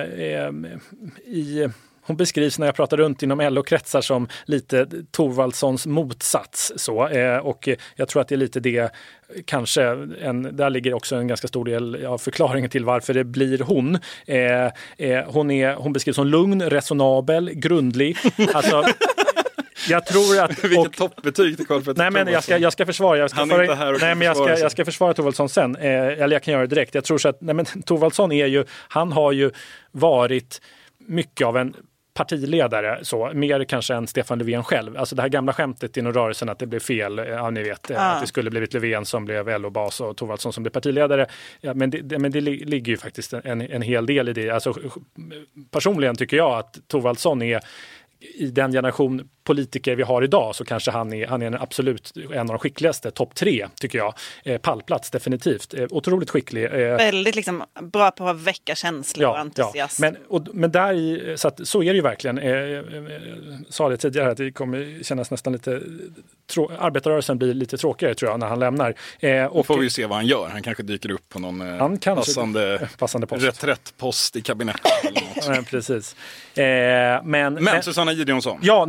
[SPEAKER 3] hon beskrivs när jag pratar runt inom LO-kretsar som lite Thorwaldssons motsats. Och jag tror att det är lite det, kanske, där ligger också en ganska stor del av förklaringen till varför det blir hon. Hon beskrivs som lugn, resonabel, grundlig. Alltså... Jag tror att...
[SPEAKER 1] Vilket toppbetyg till Carl Petter.
[SPEAKER 3] Nej, men jag ska försvara. Jag ska försvara Thorwaldsson sen. Eller jag kan göra det direkt. Jag tror så att Thorwaldsson han har ju varit mycket av en partiledare, så mer kanske än Stefan Löfven själv. Alltså det här gamla skämtet inom rörelsen att det blev fel, ja ni vet, att det skulle blivit Löfven som blev LO-bas och Thorwaldsson som blev partiledare. Ja, men det ligger ju faktiskt en hel del i det. Alltså, personligen tycker jag att Thorwaldsson är, i den generation politiker vi har idag, så kanske han är en absolut en av de skickligaste, topp 3 tycker jag. Pallplats definitivt. Otroligt skicklig.
[SPEAKER 2] Väldigt liksom bra på att väcka känslor och entusiasm.
[SPEAKER 3] Ja. Men där i, så är det ju verkligen. Sa det tidigare att det kommer kännas nästan lite arbetarrörelsen blir lite tråkigare tror jag när han lämnar.
[SPEAKER 1] Och får vi se vad han gör. Han kanske dyker upp på någon passande post. Reträttpost i kabinettet eller något.
[SPEAKER 3] Ja, precis.
[SPEAKER 1] Men Susanna Gideonsson.
[SPEAKER 3] Ja, men hon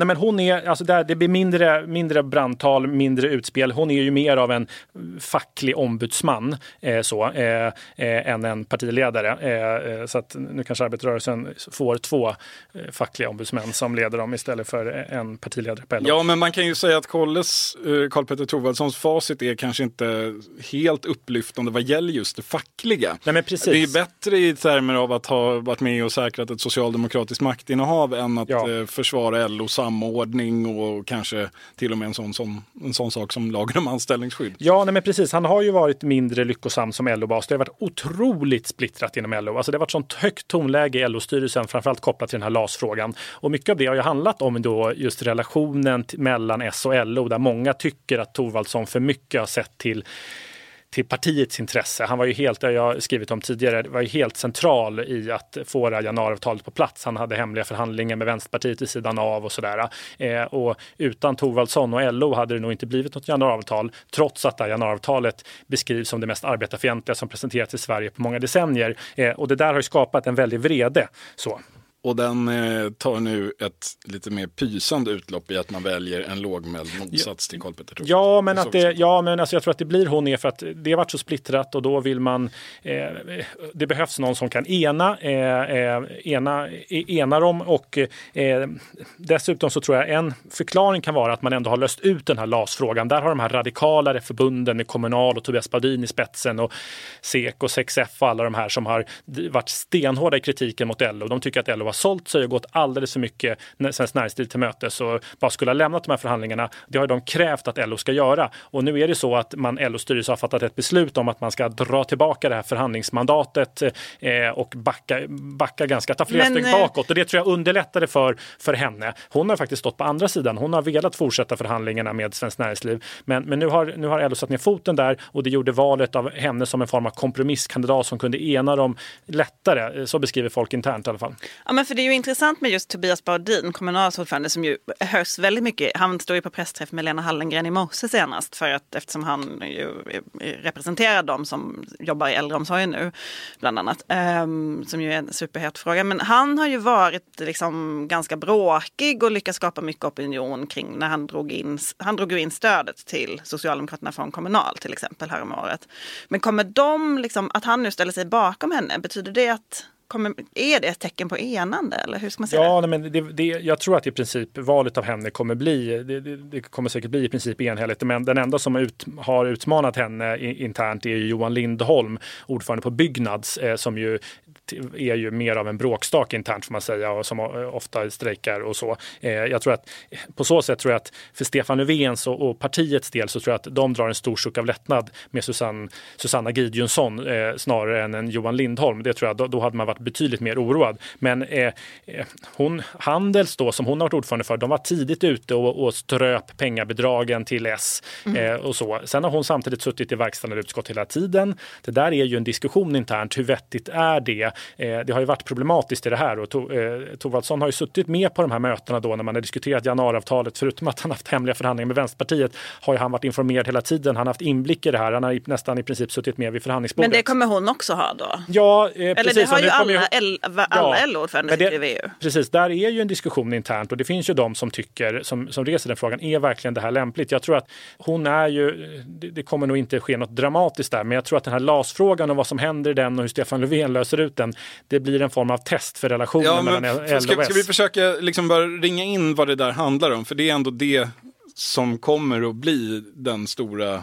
[SPEAKER 3] är, alltså det blir mindre brandtal, mindre utspel. Hon är ju mer av en facklig ombudsman än en partiledare. Så att nu kanske arbetarrörelsen får 2 fackliga ombudsmän som leder dem istället för en partiledare på LO.
[SPEAKER 1] Ja, men man kan ju säga att Karl Petter Thorwaldssons facit är kanske inte helt upplyftande vad gäller just det fackliga.
[SPEAKER 3] Nej, men precis.
[SPEAKER 1] Det är bättre i termer av att ha varit med och säkrat ett socialdemokratiskt maktinnehav än att försvara LOs samordning och kanske till och med en sån sak som lagen om anställningsskydd.
[SPEAKER 3] Ja, nej, men precis. Han har ju varit mindre lyckosam som LO-bas. Det har varit otroligt splittrat inom LO. Alltså det har varit sånt högt tonläge i LO-styrelsen, framförallt kopplat till den här LAS-frågan. Och mycket av det har ju handlat om då just relationen mellan S och LO, där många tycker att Thorwaldsson för mycket har sett till partiets intresse. Han var ju helt, det jag har skrivit om tidigare, var ju helt central i att få januariavtalet på plats. Han hade hemliga förhandlingar med Vänsterpartiet i sidan av och sådär. Och utan Thorwaldsson och LO hade det nog inte blivit något januariavtal, trots att det januariavtalet beskrivs som det mest arbetarfientliga som presenterats i Sverige på många decennier. Och det där har ju skapat en väldig vrede. Så.
[SPEAKER 1] Och den tar nu ett lite mer pysande utlopp i att man väljer en lågmäld motsats till Karl Petter Thorwaldsson.
[SPEAKER 3] Men jag tror att det blir hon är för att det har varit så splittrat och då vill man det behövs någon som kan ena dem och dessutom så tror jag en förklaring kan vara att man ändå har löst ut den här LAS-frågan. Där har de här radikalare förbunden med Kommunal och Tobias Baudin i spetsen och SEK och 6F och alla de här som har varit stenhårda i kritiken mot LO. De tycker att LO har sålt sig och gått alldeles för mycket Svenskt Näringsliv till mötes och bara skulle ha lämnat de här förhandlingarna. Det har de krävt att LO ska göra. Och nu är det så att LO-styrelsen har fattat ett beslut om att man ska dra tillbaka det här förhandlingsmandatet och backa ganska, ta flera steg bakåt. Och det tror jag underlättade för henne. Hon har faktiskt stått på andra sidan. Hon har velat fortsätta förhandlingarna med Svenskt Näringsliv. Men nu har LO satt ner foten där och det gjorde valet av henne som en form av kompromisskandidat som kunde ena dem lättare. Så beskriver folk internt i alla fall.
[SPEAKER 2] Ja, men för det är ju intressant med just Tobias Baudin, Kommunals ordförande, som ju hörs väldigt mycket. Han står ju på pressträff med Lena Hallengren i morse senast eftersom han ju representerar dem som jobbar i äldreomsorgen nu, bland annat, som ju är en superhet fråga. Men han har ju varit liksom ganska bråkig och lyckats skapa mycket opinion kring när han drog in stödet till Socialdemokraterna från Kommunal till exempel här om året. Men kommer de liksom, att han nu ställer sig bakom henne, betyder det att är det ett tecken på enande eller hur ska man säga det?
[SPEAKER 3] Ja, men jag tror att i princip valet av henne kommer bli, det kommer säkert bli i princip enhälligt, men den enda som har utmanat henne internt är Johan Lindholm, ordförande på Byggnads, som ju är ju mer av en bråkstak internt får man säga och som ofta strejkar och så. Jag tror att på så sätt tror jag att för Stefan Löfvens och partiets del så tror jag att de drar en stor suck av lättnad med Susanna Gideonsson snarare än en Johan Lindholm. Det tror jag, då hade man varit betydligt mer oroad. Men Handels då, som hon har varit ordförande för, de var tidigt ute och ströp pengabidragen till S och så. Sen har hon samtidigt suttit i verkställande utskott hela tiden. Det där är ju en diskussion internt. Hur vettigt är det? Det har ju varit problematiskt i det här och Thorwaldsson har ju suttit med på de här mötena då när man har diskuterat januariavtalet. Förutom att han haft hemliga förhandlingar med Vänsterpartiet har ju han varit informerad hela tiden. Han har haft inblick i det här. Han har nästan i princip suttit med vid förhandlingsbordet.
[SPEAKER 2] Men det kommer hon också ha då?
[SPEAKER 3] Ja,
[SPEAKER 2] eller
[SPEAKER 3] precis.
[SPEAKER 2] Det har ju alla LO-ordförande i VU.
[SPEAKER 3] Precis, där är ju en diskussion internt och det finns ju de som tycker, som reser den frågan, är verkligen det här lämpligt? Jag tror att hon är ju, det kommer nog inte ske något dramatiskt där, men jag tror att den här LAS-frågan och vad som händer i den och hur Stefan Löfven löser ut den, det blir en form av test för relationen mellan LO och S.
[SPEAKER 1] Ska vi försöka liksom bara ringa in vad det där handlar om? För det är ändå det som kommer att bli den stora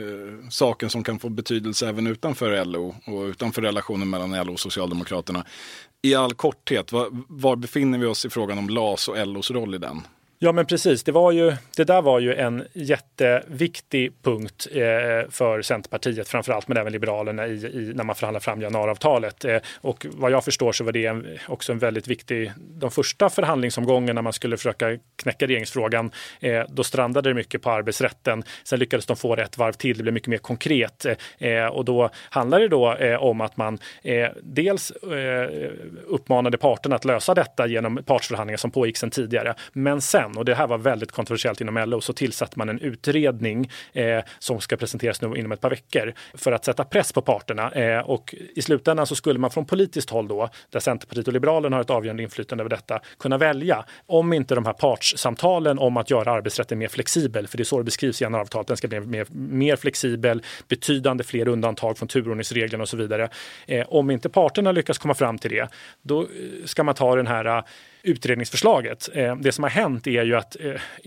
[SPEAKER 1] saken som kan få betydelse även utanför LO och utanför relationen mellan LO och Socialdemokraterna. I all korthet, var befinner vi oss i frågan om LAS och LOs roll i den?
[SPEAKER 3] Ja, men precis. Det där var ju en jätteviktig punkt för Centerpartiet, framförallt men även Liberalerna när man förhandlar fram januariavtalet. Och vad jag förstår så var det också en väldigt viktig, de första förhandlingsomgången när man skulle försöka knäcka regeringsfrågan, då strandade det mycket på arbetsrätten. Sen lyckades de få det ett varv till, det blev mycket mer konkret. Och då handlar det då om att man dels uppmanade parterna att lösa detta genom partsförhandlingar som pågick sedan tidigare. Men sen igen, och det här var väldigt kontroversiellt inom LO, så tillsatte man en utredning som ska presenteras nu inom ett par veckor för att sätta press på parterna. Och i slutändan så skulle man från politiskt håll då, där Centerpartiet och Liberalerna har ett avgörande inflytande över detta, kunna välja om inte de här partssamtalen om att göra arbetsrätten mer flexibel, för det är så det beskrivs i januariavtalet, den ska bli mer flexibel, betydande fler undantag från turordningsreglerna och så vidare. Om inte parterna lyckas komma fram till det, då ska man ta den här utredningsförslaget. Det som har hänt är ju att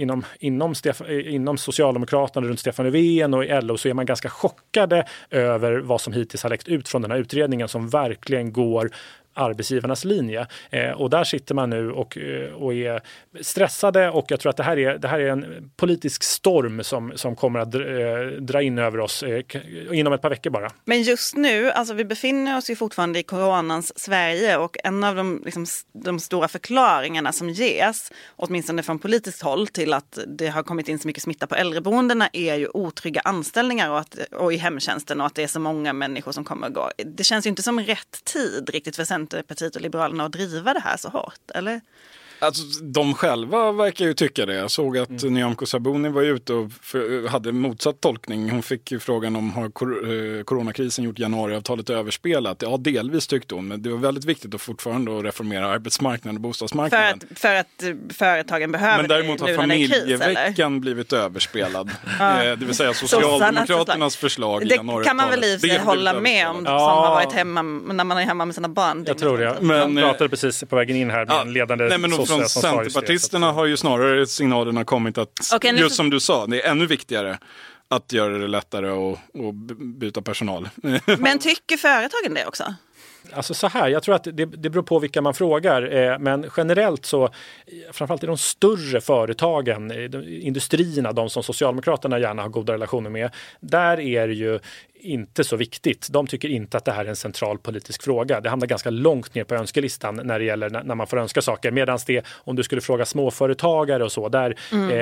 [SPEAKER 3] inom Socialdemokraterna runt Stefan Löfven och i LO så är man ganska chockade över vad som hittills har läckt ut från den här utredningen, som verkligen går arbetsgivarnas linje. Och där sitter man nu och är stressade, och jag tror att det här är en politisk storm som kommer att dra in över oss inom ett par veckor bara.
[SPEAKER 2] Men just nu, alltså vi befinner oss ju fortfarande i coronans Sverige, och en av de stora förklaringarna som ges, åtminstone från politiskt håll, till att det har kommit in så mycket smitta på äldreboendena är ju otrygga anställningar och i hemtjänsten, och att det är så många människor som kommer och går. Det känns ju inte som rätt tid riktigt för Centerpartiet och Liberalerna att driva det här så hårt, eller?
[SPEAKER 1] Alltså, de själva verkar ju tycka det. Jag såg att Nyamko Sabuni var ute och hade motsatt tolkning. Hon fick ju frågan om har coronakrisen gjort januariavtalet överspelat. Ja, delvis tyckte hon, men det var väldigt viktigt att fortfarande reformera arbetsmarknaden och bostadsmarknaden.
[SPEAKER 2] För att företagen behöver.
[SPEAKER 1] Men däremot har familjeveckan blivit överspelad. Det vill säga Socialdemokraternas förslag i januariavtalet.
[SPEAKER 2] Det kan man väl i sig hålla med om, som har varit hemma när man är hemma med sina barn.
[SPEAKER 3] Jag tror det. Men jag pratade precis på vägen in här med en ledande
[SPEAKER 1] från Centerpartisterna har ju snarare signalerna kommit att, just som du sa, det är ännu viktigare att göra det lättare att byta personal.
[SPEAKER 2] Men tycker företagen det också?
[SPEAKER 3] Alltså så här, jag tror att det beror på vilka man frågar, men generellt så, framförallt i de större företagen, industrierna, de som Socialdemokraterna gärna har goda relationer med, där är det ju inte så viktigt. De tycker inte att det här är en central politisk fråga. Det hamnar ganska långt ner på önskelistan när det gäller när man får önska saker. Medan det, om du skulle fråga småföretagare och så, där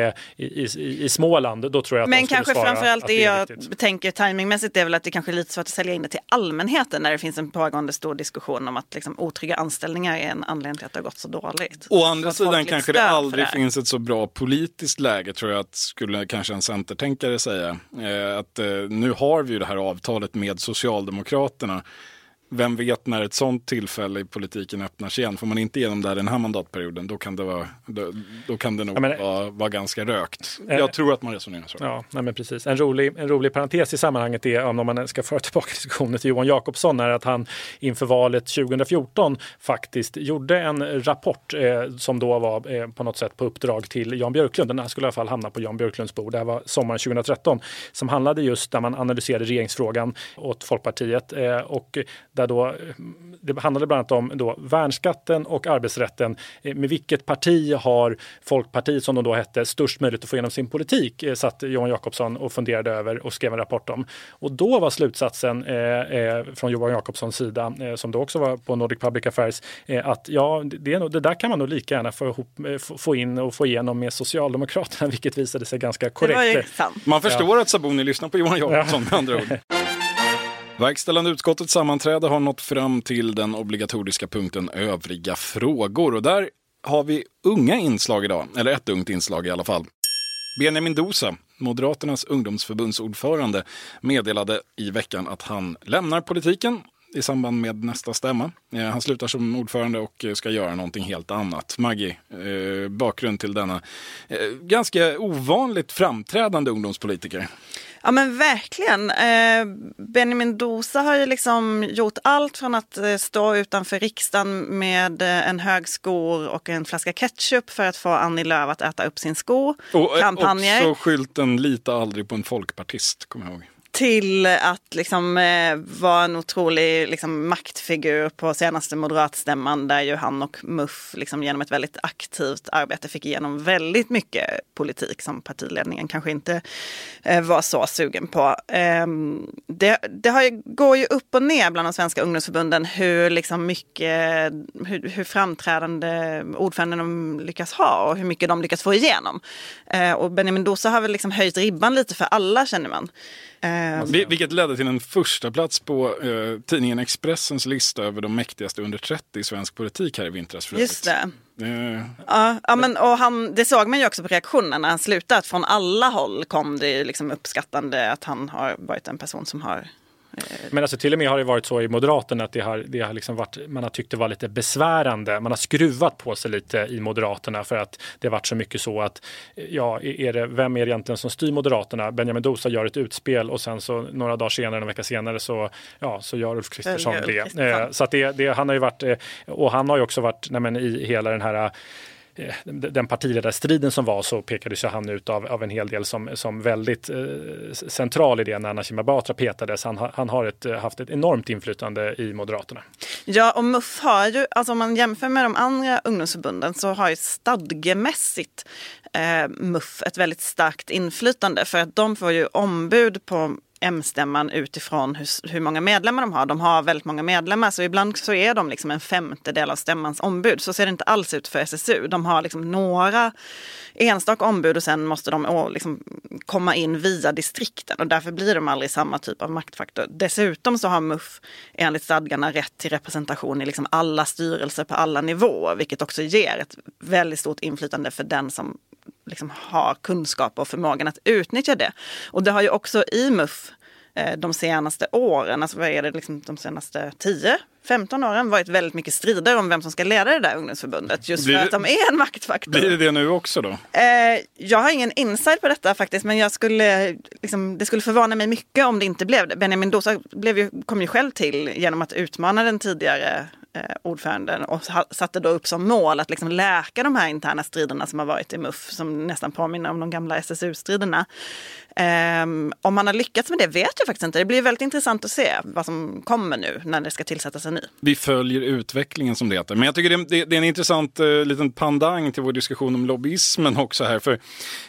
[SPEAKER 3] i Småland, då tror jag att
[SPEAKER 2] men
[SPEAKER 3] de skulle svara.
[SPEAKER 2] Men kanske framförallt det jag
[SPEAKER 3] viktigt.
[SPEAKER 2] Tänker timingmässigt är väl att det kanske är lite svårt att sälja in det till allmänheten när det finns en pågående stor diskussion om att liksom, otrygga anställningar är en anledning till att det har gått så dåligt.
[SPEAKER 1] Å andra sidan kanske det aldrig finns ett så bra politiskt läge, tror jag att skulle kanske en centertänkare säga. Att nu har vi ju det här avtalet med Socialdemokraterna. Vem vet när ett sånt tillfälle i politiken öppnas igen? Får man inte igenom där den här mandatperioden, då kan det nog vara ganska rökt. Jag tror att man resonerar så.
[SPEAKER 3] Ja, men precis. En rolig parentes i sammanhanget är, om man ska föra tillbaka diskussionen till Johan Jakobsson, är att han inför valet 2014 faktiskt gjorde en rapport som då var på något sätt på uppdrag till Jan Björklund. Den här skulle i alla fall hamna på Jan Björklunds bord. Det här var sommaren 2013, som handlade just där man analyserade regeringsfrågan åt Folkpartiet, och där då, det handlade bland annat om då värnskatten och arbetsrätten. Med vilket parti har Folkpartiet, som då hette, störst möjlighet att få igenom sin politik, satt Johan Jakobsson och funderade över och skrev en rapport om. Och då var slutsatsen från Johan Jakobssons sida, som då också var på Nordic Public Affairs, att det där kan man nog lika gärna få in och få igenom med Socialdemokraterna, vilket visade sig ganska korrekt.
[SPEAKER 2] Det var ju sant.
[SPEAKER 1] Man förstår att Sabuni lyssnar på Johan Jakobsson med andra ord. Verkställande utskottets sammanträde har nått fram till den obligatoriska punkten övriga frågor. Och där har vi unga inslag idag, eller ett ungt inslag i alla fall. Benjamin Dosa, Moderaternas ungdomsförbundsordförande, meddelade i veckan att han lämnar politiken i samband med nästa stämma. Han slutar som ordförande och ska göra någonting helt annat. Maggie, bakgrund till denna ganska ovanligt framträdande ungdomspolitiker.
[SPEAKER 2] Ja men verkligen. Benjamin Dosa har ju liksom gjort allt från att stå utanför riksdagen med en hög skor och en flaska ketchup för att få Annie Lööf att äta upp sin sko.
[SPEAKER 1] Och också skylten lita aldrig på en folkpartist, kommer jag ihåg.
[SPEAKER 2] Till att liksom vara en otrolig liksom, maktfigur på senaste moderatstämman, där ju han och MUF liksom, genom ett väldigt aktivt arbete fick igenom väldigt mycket politik som partiledningen kanske inte var så sugen på. Går ju upp och ner bland de svenska ungdomsförbunden hur framträdande ordförande de lyckas ha och hur mycket de lyckas få igenom. Och Benjamin Dosa har väl liksom höjt ribban lite för alla, känner man.
[SPEAKER 1] Vilket ledde till en första plats på tidningen Expressens lista över de mäktigaste under 30 i svensk politik här i vintras.
[SPEAKER 2] Just det. Det såg man ju också på reaktionerna när han slutade. Att från alla håll kom det liksom uppskattande att han har varit en person som har...
[SPEAKER 3] Men alltså till och med har det varit så i Moderaterna att det har liksom varit, man har tyckt det var lite besvärande. Man har skruvat på sig lite i Moderaterna för att det har varit så mycket så att vem är det egentligen som styr Moderaterna? Benjamin Dousa gör ett utspel och sen så några dagar senare, en vecka senare så gör Ulf Kristersson det. Så att han har ju varit, och han har ju också varit i hela den här den partiledarstriden som var, så pekades han ut av en hel del som väldigt central i det när Anna Kinberg Batra petades. Han har haft ett enormt inflytande i Moderaterna.
[SPEAKER 2] Ja, och MUF har ju, alltså om man jämför med de andra ungdomsförbunden så har ju stadgemässigt MUF ett väldigt starkt inflytande, för att de får ju ombud på M-stämman utifrån hur många medlemmar de har. De har väldigt många medlemmar, så ibland så är de liksom en femtedel av stämmans ombud. Så ser det inte alls ut för SSU. De har liksom några enstaka ombud och sen måste de liksom komma in via distrikten, och därför blir de aldrig samma typ av maktfaktor. Dessutom så har MUF enligt stadgarna rätt till representation i liksom alla styrelser på alla nivåer, vilket också ger ett väldigt stort inflytande för den som liksom har kunskap och förmågan att utnyttja det. Och det har ju också i MUF de senaste åren, alltså vad är det, liksom de senaste 10-15 åren varit väldigt mycket strider om vem som ska leda det där ungdomsförbundet, just för att de är en maktfaktor.
[SPEAKER 1] Blir det nu också då?
[SPEAKER 2] Jag har ingen insight på detta faktiskt, men det skulle förvåna mig mycket om det inte blev det. Benjamin Dousa kom ju själv till genom att utmana den tidigare ordföranden och satte då upp som mål att liksom läka de här interna striderna som har varit i MUF, som nästan påminner om de gamla SSU-striderna. Om man har lyckats med det vet jag faktiskt inte. Det blir väldigt intressant att se vad som kommer nu när det ska tillsättas en ny.
[SPEAKER 1] Vi följer utvecklingen, som det heter. Men jag tycker det är en intressant liten pandang till vår diskussion om lobbyismen också här. För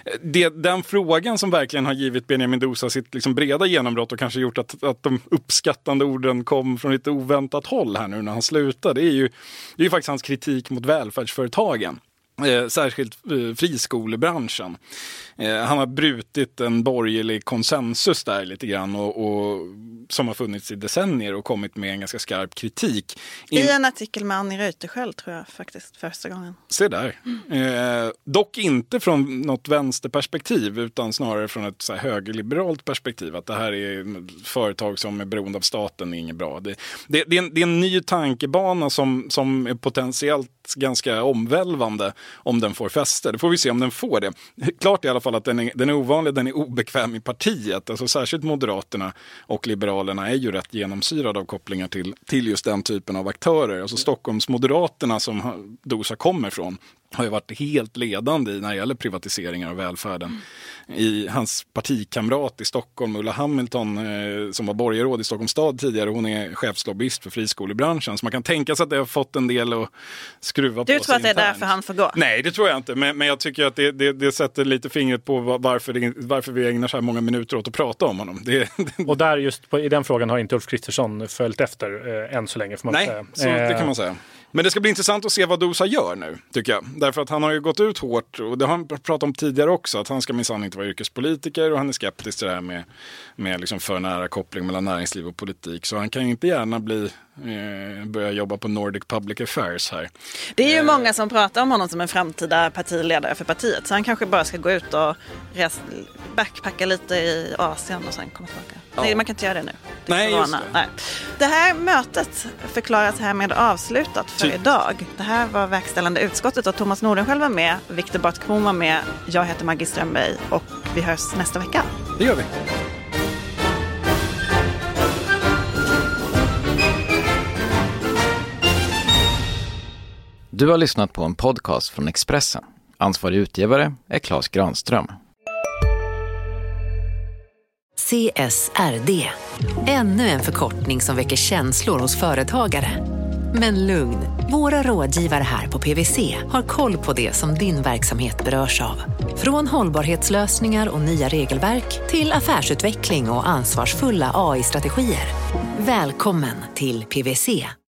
[SPEAKER 1] den frågan som verkligen har givit Benjamin Dousa sitt liksom breda genombrott och kanske gjort att de uppskattande orden kom från lite oväntat håll här nu när han slutade, det är ju faktiskt hans kritik mot välfärdsföretagen. Särskilt friskolebranschen. Han har brutit en borgerlig konsensus där lite grann och som har funnits i decennier och kommit med en ganska skarp kritik.
[SPEAKER 2] I en artikel med Annie Reuterskiöld tror jag faktiskt första gången.
[SPEAKER 1] Se där. Dock inte från något vänsterperspektiv utan snarare från ett så här högerliberalt perspektiv, att det här är företag som är beroende av staten är inget bra. Det är en ny tankebana som är potentiellt ganska omvälvande om den får fäste. Det får vi se om den får det. Klart i alla fall att den är ovanlig, den är obekväm i partiet. Alltså särskilt Moderaterna och Liberalerna är ju rätt genomsyrade av kopplingar till just den typen av aktörer. Alltså Stockholms Moderaterna som Dousa kommer från har ju varit helt ledande när det gäller privatiseringar av välfärden. I hans partikamrat i Stockholm, Ulla Hamilton, som var borgarråd i Stockholms stad tidigare, hon är chefslobbyist för friskolebranschen. Så man kan tänka sig att det har fått en del att skruva på sig.
[SPEAKER 2] Du tror att det är därför han får gå?
[SPEAKER 1] Nej, det tror jag inte. Men jag tycker att det sätter lite fingret på varför vi ägnar så här många minuter åt att prata om honom.
[SPEAKER 3] Och där just i den frågan har inte Ulf Kristersson följt efter än så länge. Får man säga.
[SPEAKER 1] Så det kan man säga. Men det ska bli intressant att se vad Dousa gör nu, tycker jag. Därför att han har ju gått ut hårt, och det har han pratat om tidigare också, att han ska minsann inte vara yrkespolitiker och han är skeptisk till det här med liksom för nära koppling mellan näringsliv och politik. Så han kan ju inte gärna börja jobba på Nordic Public Affairs här.
[SPEAKER 2] Det är ju många som pratar om honom som en framtida partiledare för partiet, så han kanske bara ska gå ut och backpacka lite i Asien och sen komma tillbaka. Ja. Nej, man kan inte göra det nu.
[SPEAKER 1] Nej, just det.
[SPEAKER 2] Nej. Det här mötet förklaras härmed avslutat för idag. Det här var verkställande utskottet och Thomas Nordenskiöld var med, Viktor Bartkron var med, jag heter Maggie Strömberg och vi hörs nästa vecka.
[SPEAKER 1] Det gör vi.
[SPEAKER 6] Du har lyssnat på en podcast från Expressen. Ansvarig utgivare är Claes Granström.
[SPEAKER 5] CSRD. Ännu en förkortning som väcker känslor hos företagare. Men lugn, våra rådgivare här på PwC har koll på det som din verksamhet berörs av. Från hållbarhetslösningar och nya regelverk till affärsutveckling och ansvarsfulla AI-strategier. Välkommen till PwC.